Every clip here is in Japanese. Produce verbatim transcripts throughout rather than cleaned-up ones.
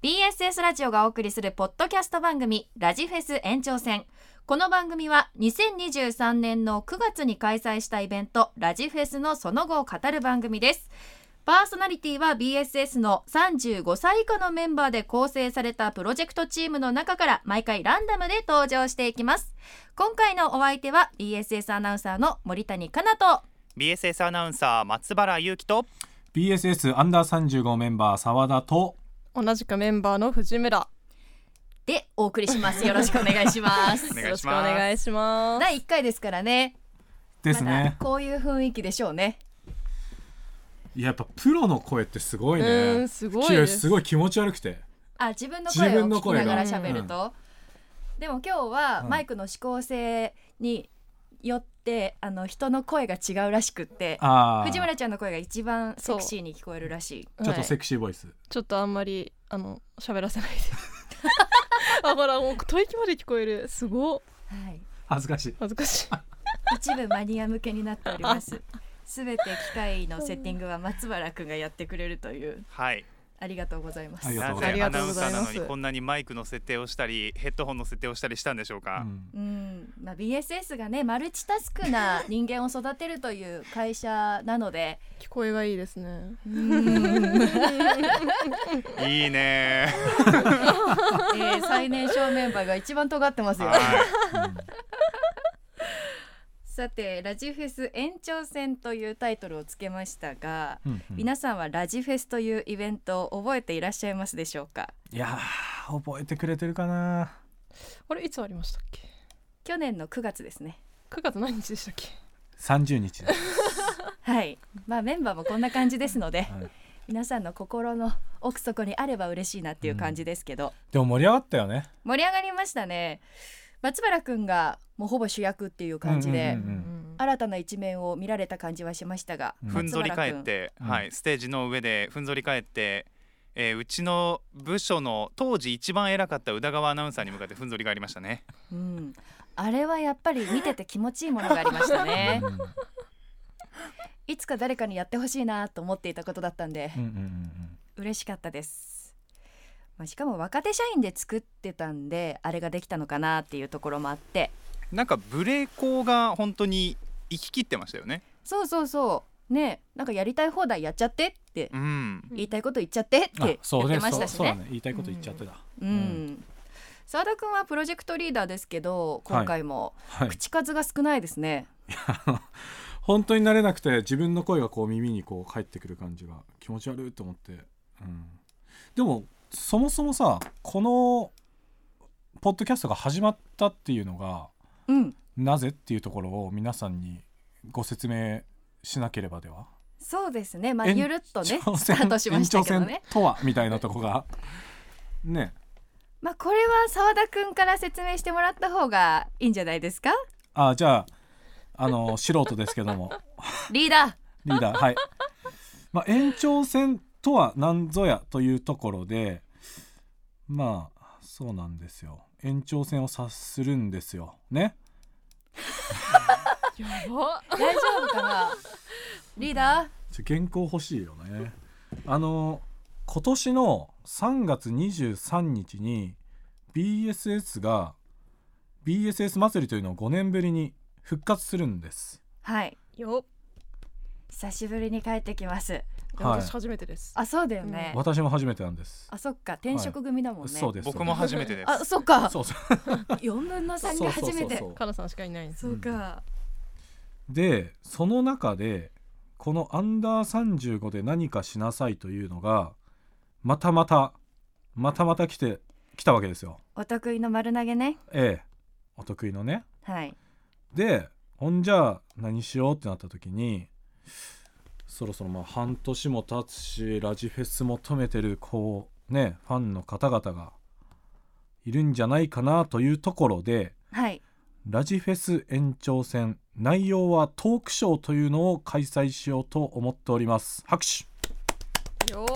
ビーエスエス ラジオがお送りするポッドキャスト番組ラジフェス延長戦。この番組はにせんにじゅうさんねんのくがつに開催したイベントラジフェスのその後を語る番組です。パーソナリティは ビーエスエス のさんじゅうごさい以下のメンバーで構成されたプロジェクトチームの中から毎回ランダムで登場していきます。今回のお相手は ビーエスエス アナウンサーの森谷香奈とビーエスエス アナウンサー松原優希とビーエスエス アンダーさんじゅうごメンバー澤田と同じくメンバーの藤村でお送りします。よろしくお願いしますお願いします。 よろしくお願いします。 だいいっかいですからね。 ですね、 まだこういう雰囲気でしょうね。 やっぱプロの声ってすごいね。 うんすごいです。 すごい気持ち悪くて、 あ、自分の声を聞きながら喋ると、うん、でも今日はマイクの指向性によってあの人の声が違うらしくって、あ藤村ちゃんの声が一番セクシーに聞こえるらしい。 ちょっとセクシーボイス、 はい、ちょっとあんまりあの喋らせないでだからもう吐息まで聞こえる。すご、はい、 恥ずかしい恥ずかしい一部マニア向けになっております。すべて機械のセッティングは松原くんがやってくれるという、 はい、 ありがとうございます。 なぜアナウンサーなのにこんなにマイクの設定をしたりヘッドホンの設定をしたりしたんでしょうか。 うんうんまあ、ビーエスエス がねマルチタスクな人間を育てるという会社なので聞こえがいいですね。 うんいいね、 えー、最年少メンバーが一番尖ってますよ、はいうんさてラジフェス延長戦というタイトルをつけましたが、うんうん、皆さんはラジフェスというイベントを覚えていらっしゃいますでしょうか。 いやー覚えてくれてるかな。 あれいつありましたっけ。 去年のくがつですね。 くがつ何日でしたっけ。 さんじゅうにちですはい、まあメンバーもこんな感じですので、はい、皆さんの心の奥底にあれば嬉しいなっていう感じですけど、うん、 でも盛り上がったよね。 盛り上がりましたね。松原くんがもうほぼ主役っていう感じで、うんうんうんうん、新たな一面を見られた感じはしましたが、 ふんぞり返って、うんはい、ステージの上でふんぞり返って、えー、うちの部署の当時一番偉かった宇田川アナウンサーに向かってふんぞり返りましたね、 うん、あれはやっぱり見てて気持ちいいものがありましたね、うん、いつか誰かにやってほしいなと思っていたことだったんで、うんうんうん、嬉しかったです。まあ、しかも若手社員で作ってたんであれができたのかなっていうところもあって、 なんかブレーコーが本当に行き切ってましたよね。 そうそうそうね、なんかやりたい放題やっちゃってって、うん、言いたいこと言っちゃってって言ってましたし ね, そうそうね言いたいこと言っちゃってた。 うん、うん澤田くんはプロジェクトリーダーですけど今回も口数が少ないですね、 はいはい、本当に慣れなくて自分の声がこう耳にこう返ってくる感じが気持ち悪いと思って、うん、でもそもそもさこのポッドキャストが始まったっていうのが、うん、なぜっていうところを皆さんにご説明しなければでは。 そうですね、まあ、ゆるっとねスタートしましたけどね。 延長戦とはみたいなとこがね、 まあ、これは澤田くんから説明してもらった方がいいんじゃないですか。 あじゃあ、あの素人ですけどもリーダーリーダーはい、まあ、延長戦とは何ぞやというところで、まあそうなんですよ、延長戦を察するんですよねやば大丈夫かなリーダー。ちょ原稿欲しいよね。あの今年のさんがつにじゅうさんにちに ビーエスエス が ビーエスエス 祭りというのをごねんぶりに復活するんです。 はいよ久しぶりに帰ってきます。 はい、私初めてです。 あ、そうだよね、 うん、私も初めてなんです。 あ、そっか、転職組だもんね、はい、 そうです。僕も初めてです。 あ、そっか、 そうそうよんぶんのさんが初めて。 カナさんしかいないんです。 そうか、 うん、でその中でこのアンダーさんじゅうごで何かしなさいというのがまたまたまたまた来て来たわけですよ。 お得意の丸投げね。 ええ、お得意のね。 はい。 でほんじゃあ何しようってなった時に、そろそろまあ半年も経つしラジフェス求めてるこうねファンの方々がいるんじゃないかなというところで、 はい、 ラジフェス延長戦内容はトークショーというのを開催しようと思っております。拍手よ。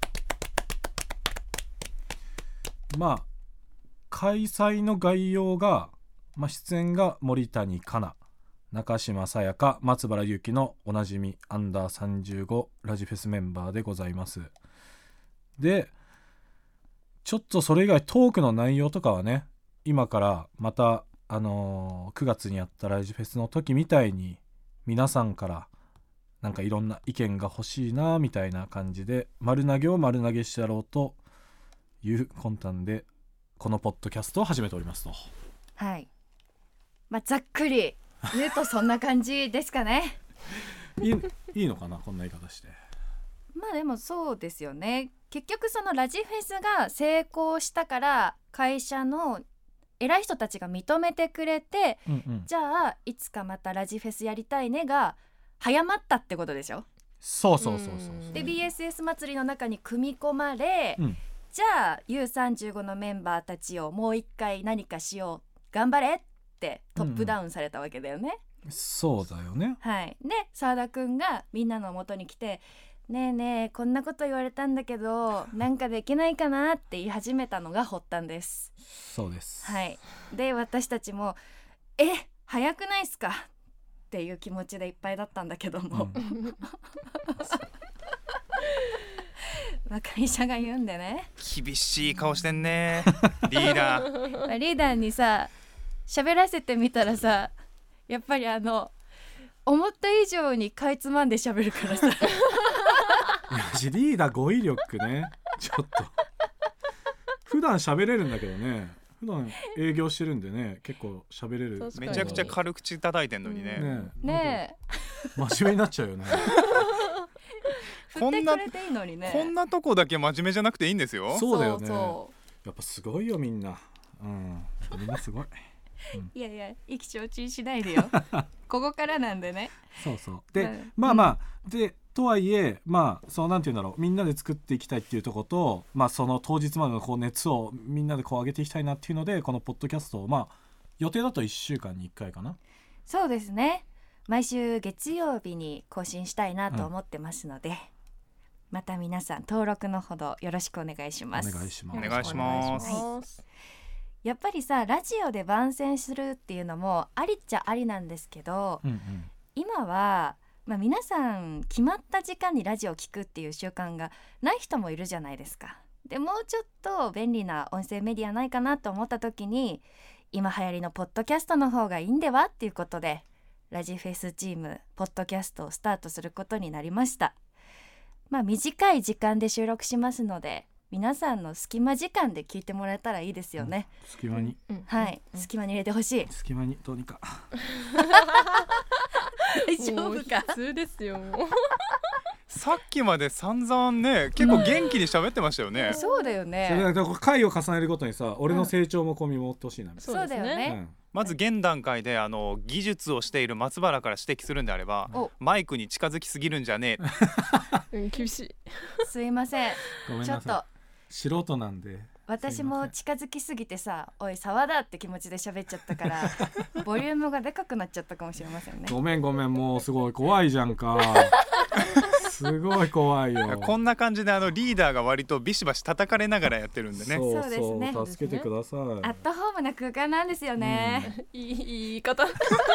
まあ開催の概要が、まあ、出演が森谷香奈、中島さやか、松原優希のおなじみアンダーさんじゅうごラジフェスメンバーでございます。でちょっとそれ以外トークの内容とかはね今からまたあのー、くがつにやったライジフェスの時みたいに皆さんからなんかいろんな意見が欲しいなみたいな感じで丸投げを丸投げしてやろうという魂胆でこのポッドキャストを始めておりますと。 はい、まあ、ざっくり言うとそんな感じですかねいい, いいのかなこんな言い方して。 まあでもそうですよね。結局そのラジフェスが成功したから会社の偉い人たちが認めてくれて、 うんうん、 じゃあいつかまたラジフェスやりたいねが早まったってことでしょ。 そうそうそうそうそう。 で ビーエスエス 祭りの中に組み込まれ、 うん、 じゃあ ユーさんじゅうご のメンバーたちをもう一回何かしよう頑張れってトップダウンされたわけだよね、 うんうん、そうだよね。 はい。で澤田くんがみんなの元に来てねえねえこんなこと言われたんだけどなんかできないかなって言い始めたのが発端です。 そうです。 はい。で私たちもえ早くないっすかっていう気持ちでいっぱいだったんだけども、うん、まあ会社が言うんでね。 厳しい顔してんねリーダーリーダーにさ喋らせてみたらさやっぱりあの思った以上にかいつまんで喋るからさリーダー語彙力ねちょっと普段喋れるんだけどね普段営業してるんでね結構喋れる。 めちゃくちゃ軽口叩いてんのにね、 うん、ねねえ真面目になっちゃうよね振ってくれていいのにね。 こんなとこだけ真面目じゃなくていいんですよ。 そうだよね。 そうそうやっぱすごいよみんな、うん、みんなすごい、 うん、いやいや意気消沈しないでよここからなんでね。 そうそうで、うん、まあまあ、うん、でとはいえまあそうなんていうんだろうみんなで作っていきたいっていうところと、まあ、その当日までのこう熱をみんなでこう上げていきたいなっていうのでこのポッドキャストをまあ予定だといっしゅうかんにいっかいかな。 そうですね。毎週月曜日に更新したいなと思ってますので、うん、また皆さん登録のほどよろしくお願いします。 お願いします。 お願いします、 はい、やっぱりさラジオで番宣するっていうのもありっちゃありなんですけど、うんうん、今はまあ、皆さん決まった時間にラジオを聞くっていう習慣がない人もいるじゃないですか。でもうちょっと便利な音声メディアないかなと思った時に今流行りのポッドキャストの方がいいんではっていうことでラジフェスチームポッドキャストをスタートすることになりました。まあ短い時間で収録しますので皆さんの隙間時間で聞いてもらえたらいいですよね、 うん、隙間に、 うん、はい、うん、隙間に入れてほしい。 隙間にどうにか大丈夫か。 普通ですよさっきまで散々ね結構元気に喋ってましたよね、 うん、そうだよね。 それだから回を重ねるごとにさ俺の成長もこう見守ってほしいなみたいな、 うん、そうだよね、 うん、 まず現段階であの技術をしている松原から指摘するんであればマイクに近づきすぎるんじゃねえ、うん、厳しいすいませんごめんなさいちょっと素人なんで私も近づきすぎてさおい沢田って気持ちで喋っちゃったからボリュームがでかくなっちゃったかもしれませんね。 ごめんごめんもうすごい怖いじゃんかすごい怖いよ。 こんな感じであのリーダーが割とビシバシ叩かれながらやってるんでね。 そうそうそうですね、 助けてください。アットホームな空間なんですよね、 うん、いい言い方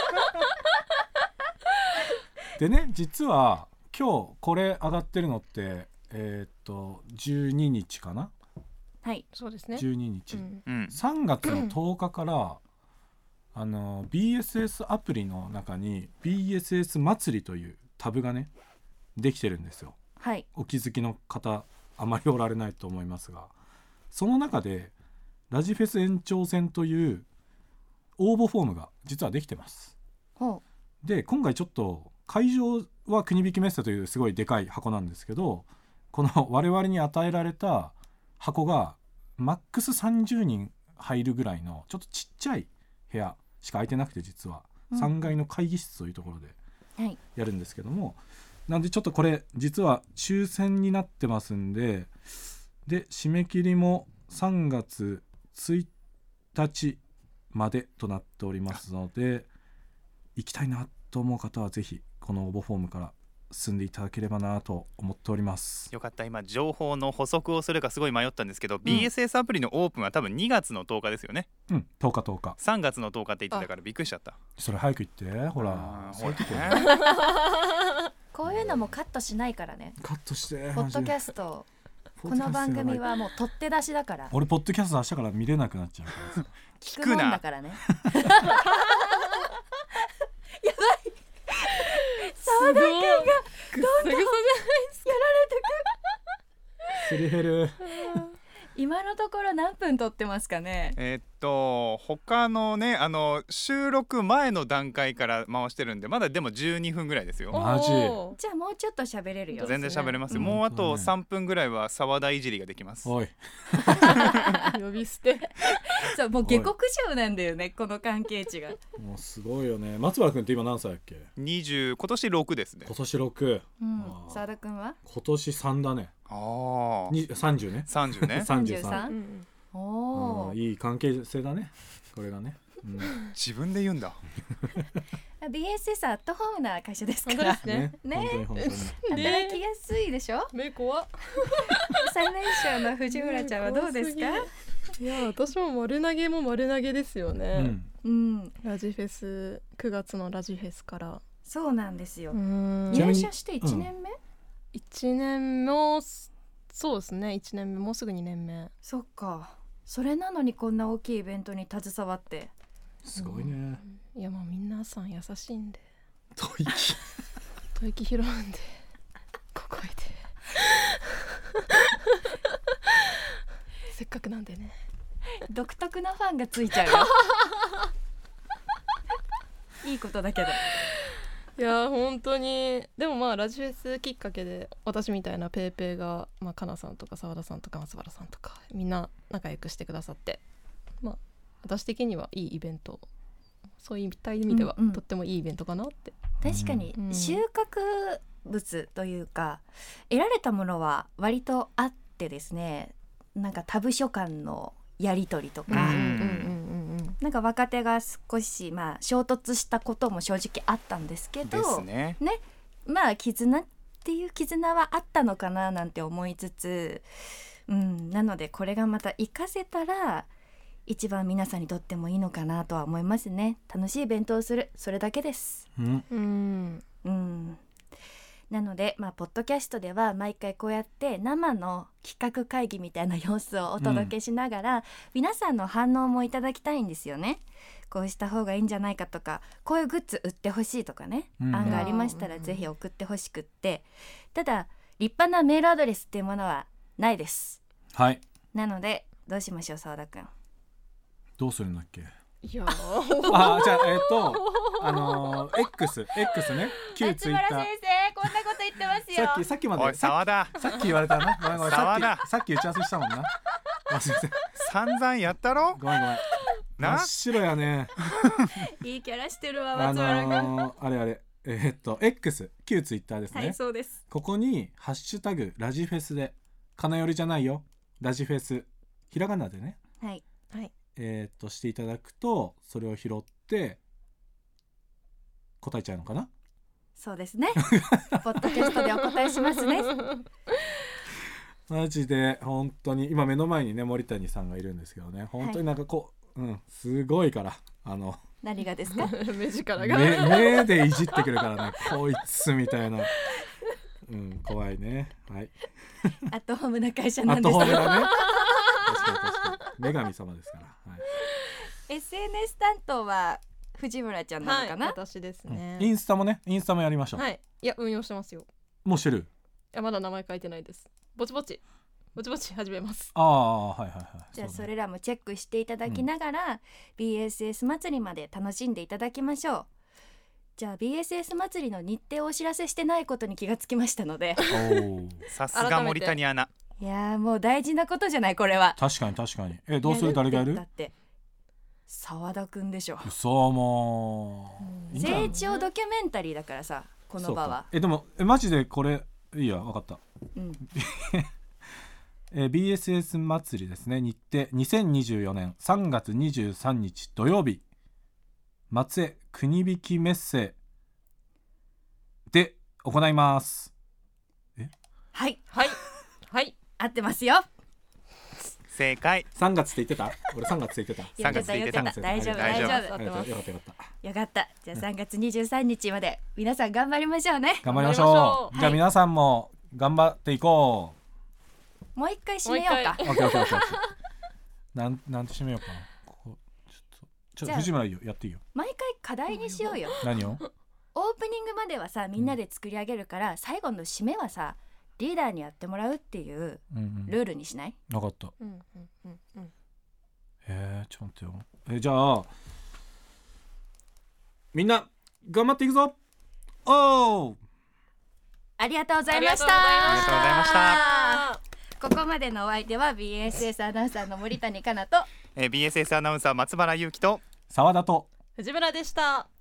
でね実は今日これ上がってるのってえー、っとじゅうににちかな。 はいそうですねじゅうににち、 うん、 さんがつのとおかから、うん、あの ビーエスエス アプリの中に ビーエスエス 祭りというタブがねできてるんですよ、 はい、 お気づきの方あまりおられないと思いますがその中でラジフェス延長戦という応募フォームが実はできてます。 ほうで今回ちょっと会場は国引きメッセというすごいでかい箱なんですけどこの我々に与えられた箱がマックスさんじゅうにん入るぐらいのちょっとちっちゃい部屋しか空いてなくて実はさんがいの会議室というところでやるんですけども、はい、なんでちょっとこれ実は抽選になってますんでで締め切りもさんがつついたちまでとなっておりますので行きたいなと思う方はぜひこの応募フォームから進んでいただければなと思っております。 よかった。今情報の補足をするかすごい迷ったんですけど、うん、ビーエスエス アプリのオープンは多分にがつのとおかですよね。 うんとおかとおかさんがつのとおかって言ってたからびっくりしちゃった。 それ早く言ってほらそういうとここういうのもカットしないからね。 カットしてポッドキャストこの番組はもう取って出しだから俺ポッドキャスト明日から見れなくなっちゃうから聞くもんだからねやばい沢田君がどんどんやられてくすり減る今のところ何分撮ってますかね。 えーっと他のねあの収録前の段階から回してるんでまだでもじゅうにふんぐらいですよ。 マジおーじゃあもうちょっと喋れるよ。 全然喋れますよ、 うんもうあと本当だねさんぷんぐらいは沢田いじりができます。 おい呼び捨てそうもう下克上なんだよねこの関係値が。 もうすごいよね。松原君って今何歳だっけ？ にじゅう今年ろくですね。 今年ろく、 うんあー沢田君は今年さんだね。 ああにさんじゅうね。 さんじゅうねさんじゅうさん。 さんじゅうさんうんおおうんいい関係性だねこれがね、うん自分で言うんだ。 ビーエスエス アットホームな会社ですか本当らですねね本当に本当に働きやすいでしょ。 目怖っ最年少の藤村ちゃんはどうですか。 いや私も丸投げも丸投げですよね、 うんうんラジフェスくがつのラジフェスからそうなんですよう。んちなみに入社していちねんめ、 いちねんもそうですねいちねんめもうすぐにねんめそっかそれなのにこんな大きいイベントに携わってすごいね。 いやもう皆さん優しいんで吐息吐息拾うんでここいてせっかくなんでね独特なファンがついちゃうよいいことだけどいや本当にでもまあラジフェスきっかけで私みたいなペーペーが、まあ、かなさんとか澤田さんとか松原さんとかみんな仲良くしてくださってまあ私的にはいいイベントそういった意味では、 うんうんとってもいいイベントかなって確かにうん収穫物というか得られたものは割とあってですねなんか他部署間のやり取りとか、 うんうんうんうんなんか若手が少しまあ衝突したことも正直あったんですけどですね。 まあ絆っていう絆はあったのかななんて思いつつ、うん、なのでこれがまた活かせたら一番皆さんにとってもいいのかなとは思いますね。楽しいイベントをするそれだけです。 うんうんうんなので、まあ、ポッドキャストでは毎回こうやって生の企画会議みたいな様子をお届けしながら、うん、皆さんの反応もいただきたいんですよね。こうした方がいいんじゃないかとかこういうグッズ売ってほしいとかね、 うん、 案がありましたらぜひ送ってほしくって、ただ立派なメールアドレスっていうものはないです。 はいなのでどうしましょう澤田くん。 どうするんだっけ。 いやあじゃあえっ、とあのー、X X ね旧ツイッター松村先生こんなこと言ってますよ。 さっきさっきまでおい沢田さっき言われたなごめんごめん沢田さっきさっき打ち合わせしたもんな忘れて散々やったろごめんごめん真なっ白やねいいキャラしてるわあ松村くん、 のー、あれあれえー、っと X 旧ツイッターですね、 はいそうです。 ここにハッシュタグラジフェスで金よりじゃないよラジフェスひらがなでねはいはいえー、っとしていただくとそれを拾って答えちゃうのかな。 そうですねポッドキャストでお答えしますねマジで本当に今目の前にね森谷さんがいるんですけどね本当になんかこう、うんすごいからあの何がですか目力が目, 目でいじってくるからねこいつみたいな、うん、怖いね。はいアットホームな会社アッなんですよトホームだね確かに確かに女神様ですから、はいエスエヌエス 担当は藤村ちゃんなのかな、 はい、私ですね、 インスタもねインスタもやりましょう、 はいいや運用してますよ。 もうしてる。 いやまだ名前書いてないです。ぼちぼちぼちぼち始めます。 ああはいはいはいじゃあうだねそれらもチェックしていただきながら、うん、ビーエスエス 祭りまで楽しんでいただきましょう。じゃあ ビーエスエス 祭りの日程をお知らせしてないことに気がつきましたのでさすが森谷アナ。 いやもう大事なことじゃないこれは。 確かに確かに。えどうする誰がやる。 だって澤田くんでしょ。 そうもう成長ドキュメンタリーだからさこの場は。 えでもえマジでこれいいや分かった、 うんえー、ビーエスエス 祭りですね。日程にせんにじゅうよねんさんがつにじゅうさんにち土曜日松江国引メッセで行います。えはいはいはい合ってますよ。 正解。 さんがつって言ってた俺さんがつって言ってたさんがつって言ってた言ってた大丈夫大丈夫大丈夫ありがとうよかったよかったよかった。じゃあさんがつにじゅうさんにちまで皆さん頑張りましょうね。 頑張りましょう。 頑張りましょうじゃあ皆さんも頑張っていこう。 もう一回締めようか。 オッケーオッケーオッケー。なんなんて締めようかな。ここちょっとちょっと藤村いいよ、やっていいよ。 毎回課題にしようよ。 何を？ オープニングまではさみんなで作り上げるから、うん、最後の締めはさリーダーにやってもらうっていうルールにしない？ 分かった。 うんうんうんうん。 えー、ちょっと待ってよ。えー、じゃあみんな頑張っていくぞ。おー、 ありがとうございました。 ありがとうございました。 ここまでのお相手は ビーエスエス アナウンサーの森谷香奈と、 えー、ビーエスエス アナウンサー松原優希と澤田と藤村でした。